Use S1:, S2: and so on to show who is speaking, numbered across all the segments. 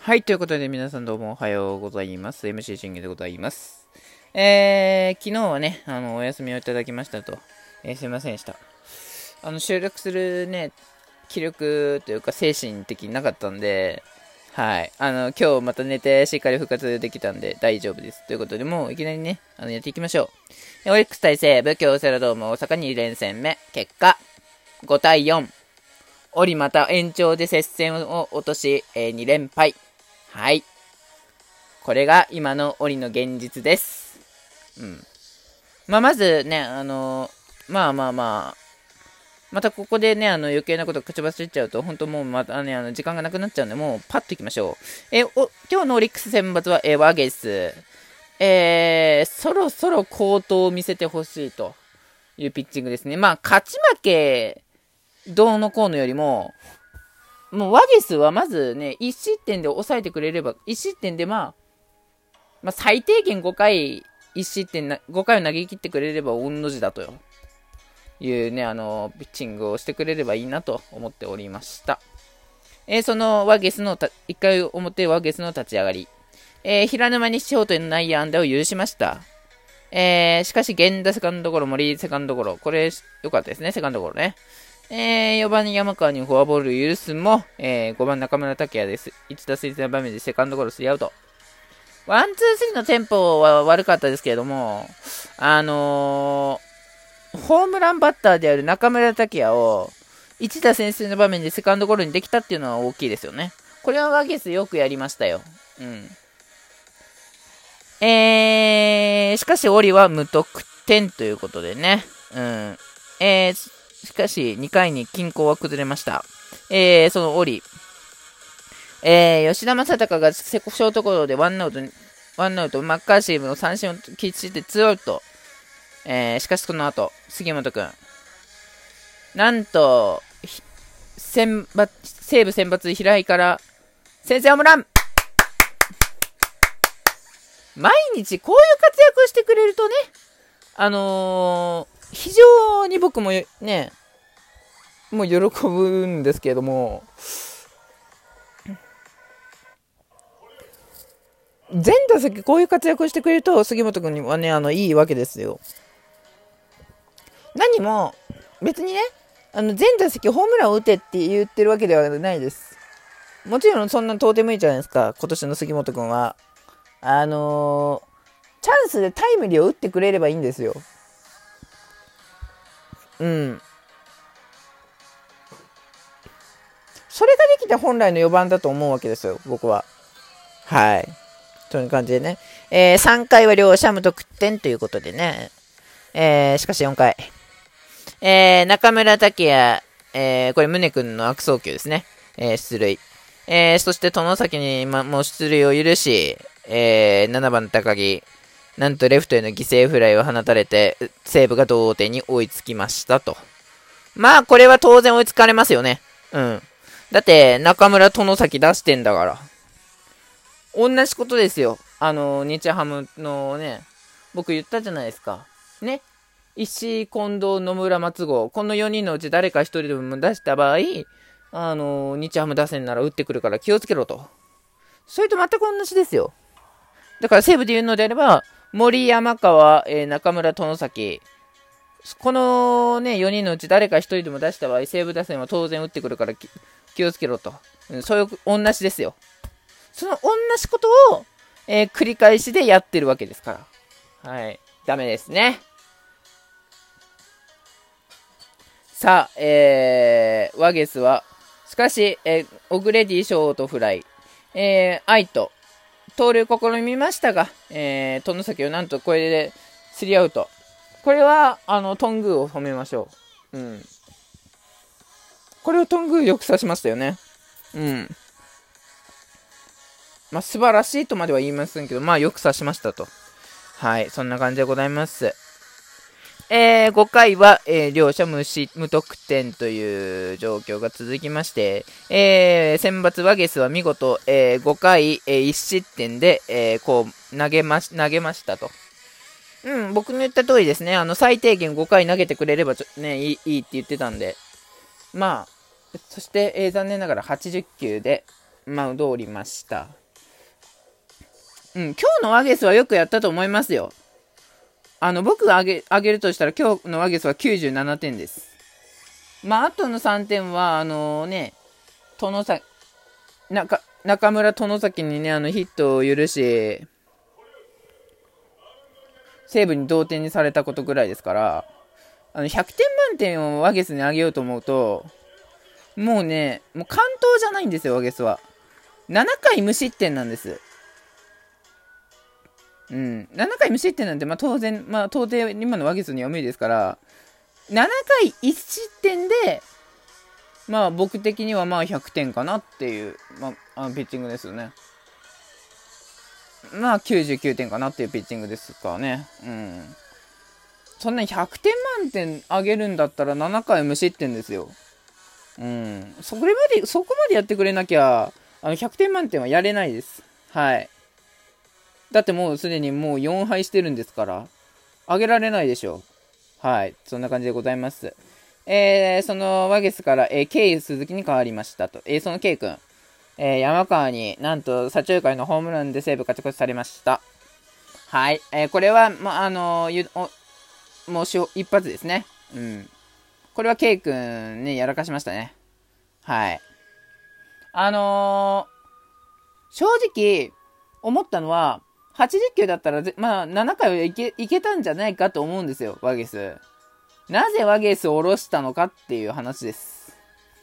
S1: はい、ということで皆さんどうもおはようございます。MC シンゲでございます。昨日はね、お休みをいただきましたと。すいませんでした。収録するね、気力というか精神的になかったんで、はい。今日また寝てしっかり復活できたんで大丈夫です。ということで、もういきなりね、やっていきましょう。オリックス対西武、京セラドーム大阪2連戦目。結果、5対4。オリまた延長で接戦を落とし、2連敗。はい。これが今のオリの現実です。まずね、またここでね、余計なこと口走っちゃうと、本当もうまたね、時間がなくなっちゃうんで、もうパッといきましょう。今日のオリックス選抜は、ワゲス。そろそろ好投を見せてほしいというピッチングですね。勝ち負け、どうのこうのよりも、もうワゲスはまずね、1失点で抑えてくれれば、1失点で最低限5回、1失点5回を投げ切ってくれれば御の字だというね、ピッチングをしてくれればいいなと思っておりました。そのワゲスの1回表ワゲスの立ち上がり、平沼にショートへの内野安打を許しました。しかし源田セカンドゴロ、森セカンドゴロ、これ良かったですね、セカンドゴロね。4番山川にフォアボールを許すも、5番中村拓也です。1打席の場面でセカンドゴロ3アウト。1、2、3のテンポは悪かったですけれども、ホームランバッターである中村拓也を1打先の場面でセカンドゴロにできたっていうのは大きいですよね。これはワゲスよくやりましたよ。しかしオリは無得点ということでね。しかし、2回に均衡は崩れました。そのオリ。吉田正尚がショートゴロでワンアウト、マッカーシーの三振を喫して2アウト。しかしその後、杉本くん。なんと、西武選抜平井から先制ホームラン。毎日こういう活躍をしてくれるとね、非常に僕もね、もう喜ぶんですけれども、全打席こういう活躍をしてくれると、杉本君にはね、いいわけですよ。何も、別にね、全打席ホームランを打てって言ってるわけではないです。もちろんそんな到底無理じゃないですか、今年の杉本君は。チャンスでタイムリーを打ってくれればいいんですよ。それができて本来の4番だと思うわけですよ、僕は。はい。という感じでね。3回は両者無得点ということでね。しかし4回。中村拓也、これ宗君の悪送球ですね。出塁。そして外崎にもう出塁を許し、7番高木。なんとレフトへの犠牲フライを放たれて、西武が同点に追いつきましたと。これは当然追いつかれますよね。だって、中村外崎出してんだから。同じことですよ。日ハムのね、僕言ったじゃないですか。ね。石井、近藤、野村、松郷。この4人のうち誰か1人でも出した場合、日ハム打線なら打ってくるから気をつけろと。それと全く同じですよ。だから西武で言うのであれば、森山川、中村、外崎。このね、4人のうち誰か1人でも出した場合、西武打線は当然打ってくるから気をつけろと。そういう同じですよ。その同じことを、繰り返しでやってるわけですから。はい。ダメですね。さあ、ワゲスは、しかし、オグレディショートフライ。アイト。盗塁試みましたが、外崎をなんとこれで3アウト。これは、トングーを褒めましょう。これをトングーよく刺しましたよね。素晴らしいとまでは言いませんけど、よく刺しましたと。はい、そんな感じでございます。5回は、両者無得点という状況が続きまして、選抜ワゲスは見事、5回、1失点で、投げましたと。僕の言った通りですね。最低限5回投げてくれればね、いいって言ってたんで。そして、残念ながら80球で、 マウンドを降りました。今日のワゲスはよくやったと思いますよ。僕が上げるとしたら今日のワゲスは97点です。あとの3点は、中村殿崎にね、ヒットを許し、西武に同点にされたことぐらいですから、100点満点をワゲスに上げようと思うと、もう完投じゃないんですよ、ワゲスは。7回無失点なんです。7回無失点なんて、当然、到底今のワゲスには無理ですから、7回1失点で、僕的には100点かなっていう、ピッチングですよね。99点かなっていうピッチングですからね。そんなに100点満点上げるんだったら7回無失点ですよ。そこまでやってくれなきゃ、100点満点はやれないです。はい。だってもうすでにもう4敗してるんですから、上げられないでしょう。はい。そんな感じでございます。そのワゲスから、K 鈴木に変わりましたと。その K 君、山川になんと左中間のホームランで西武勝ち越しされました。はい。これは、もう一発ですね。これは K 君ね、やらかしましたね。はい。正直、思ったのは、80球だったら、7回はいけたんじゃないかと思うんですよ、ワゲス。なぜワゲスを下ろしたのかっていう話です。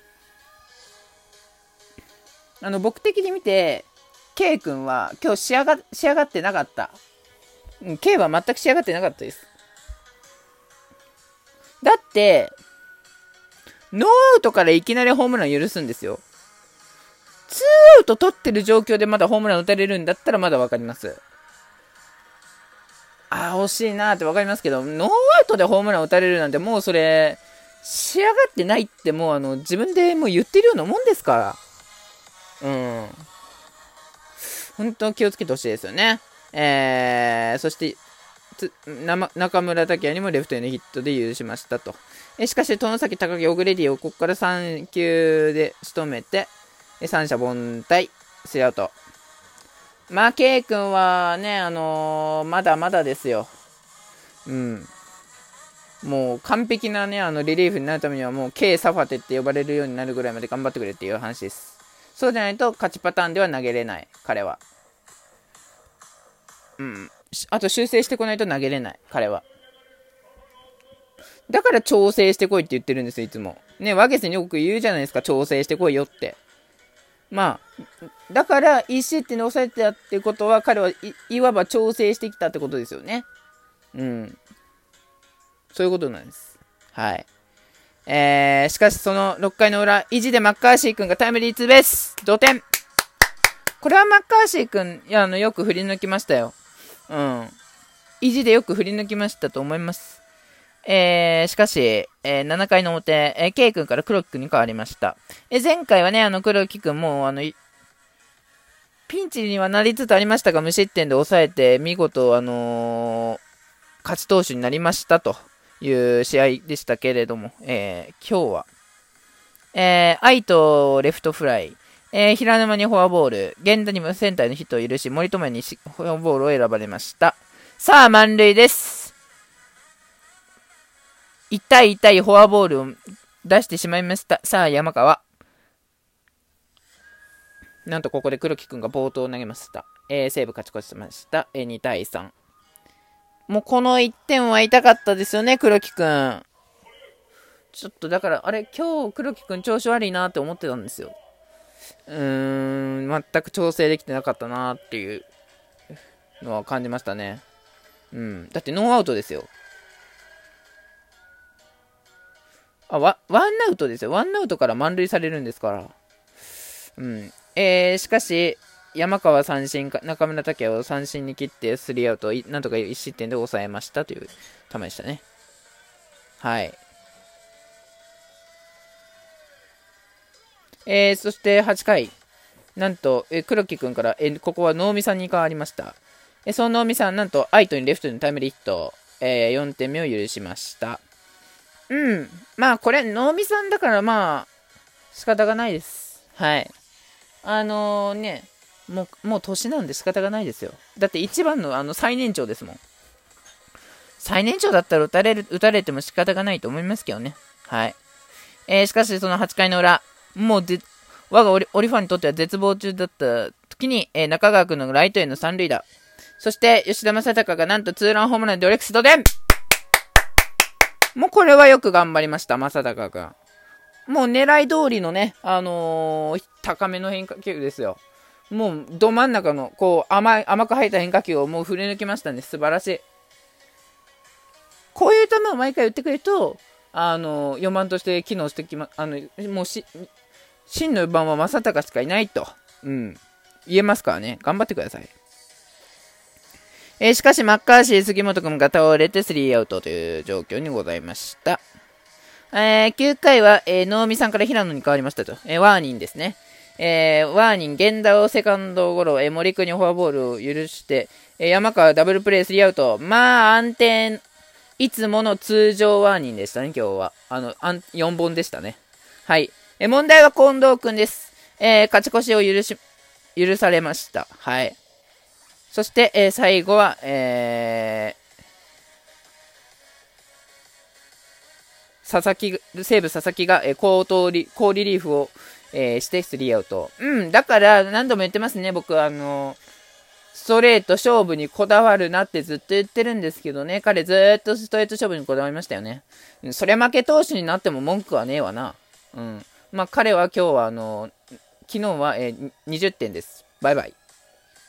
S1: 僕的に見て、K 君は今日仕上がってなかった。K は全く仕上がってなかったです。だって、ノーアウトからいきなりホームラン許すんですよ。2アウト取ってる状況でまだホームラン打たれるんだったらまだわかります。惜しいなーってわかりますけど、ノーアウトでホームラン打たれるなんてもうそれ、仕上がってないってもう自分でもう言ってるようなもんですから。本当気をつけてほしいですよね。そして、中村拓也にもレフトへのヒットで許しましたと。しかし、外崎高木オグレディをここから3球で仕留めて、三者凡退、スリーアウト。K 君はね、まだまだですよ。もう完璧なね、リリーフになるためにはもう K サファテって呼ばれるようになるぐらいまで頑張ってくれっていう話です。そうじゃないと勝ちパターンでは投げれない、彼は。あと修正してこないと投げれない、彼は。だから調整してこいって言ってるんですよ、いつも。ね、ワゲスによく言うじゃないですか、調整してこいよって。だから1失点で抑えてたってことは、彼はいわば調整してきたってことですよね。そういうことなんです。はい。しかしその6回の裏、意地でマッカーシー君がタイムリーツーベース同点。これはマッカーシー君、よく振り抜きましたよ。意地でよく振り抜きましたと思います。しかし、7回の表、K 君から黒木君に変わりました。前回はね、黒木君もピンチにはなりつつありましたが、無失点で抑えて、見事、勝ち投手になりましたという試合でしたけれども、今日は、愛とレフトフライ、平沼にフォアボール、源田にもセンターのヒットを許し、森友にフォアボールを選ばれました。さあ、満塁です。痛いフォアボールを出してしまいました。さあ、山川。なんとここで黒木くんが冒頭を投げました。西武勝ち越しました。2対3。もうこの1点は痛かったですよね、黒木くん。ちょっとだから、今日黒木くん調子悪いなって思ってたんですよ。全く調整できてなかったなっていうのは感じましたね。だってノーアウトですよ。ワンアウトですよ。ワンアウトから満塁されるんですから。しかし、山川三振か、中村拓也を三振に切って、スリーアウト、なんとか1失点で抑えましたという球でしたね。はい。そして8回、なんと、黒木くんから、ここは能見さんに変わりました。その能見さん、なんと、アイトにレフトにタイムリーヒット、4点目を許しました。これ、能見さんだから、仕方がないです。はい。 もう年なんで仕方がないですよ。だって一番の最年長ですもん。最年長だったら打たれても仕方がないと思いますけどね。はい。しかしその8回の裏、もう我がオリファンにとっては絶望中だった時に、中川君のライトへの三塁打。そして吉田正尚がなんとツーランホームランでオリックス同点。もうこれはよく頑張りました、正尚君。もう狙い通りのね、高めの変化球ですよ。もうど真ん中のこう甘く入った変化球をもう振り抜きましたね。素晴らしい。こういう球を毎回打ってくれると、4番として機能してきま、もう真の4番は正尚しかいないと、言えますからね。頑張ってください。しかし、マッカーシー、杉本君が倒れて3アウトという状況にございました。9回は、能見さんから平野に変わりましたと。ワーニンですね。ワーニン、源田をセカンドゴロ、森君にフォアボールを許して、山川ダブルプレー3アウト。まあ、安定、いつもの通常ワーニンでしたね、今日は。4本でしたね。はい。問題は近藤くんです。勝ち越しを許されました。はい。そして、最後は、西武佐々木が、好リリーフを、して3アウト。だから何度も言ってますね、僕ストレート勝負にこだわるなってずっと言ってるんですけどね。彼ずっとストレート勝負にこだわりましたよね。それ負け投手になっても文句はねえわな。まあ彼は今日は昨日は、20点です。バイバイ。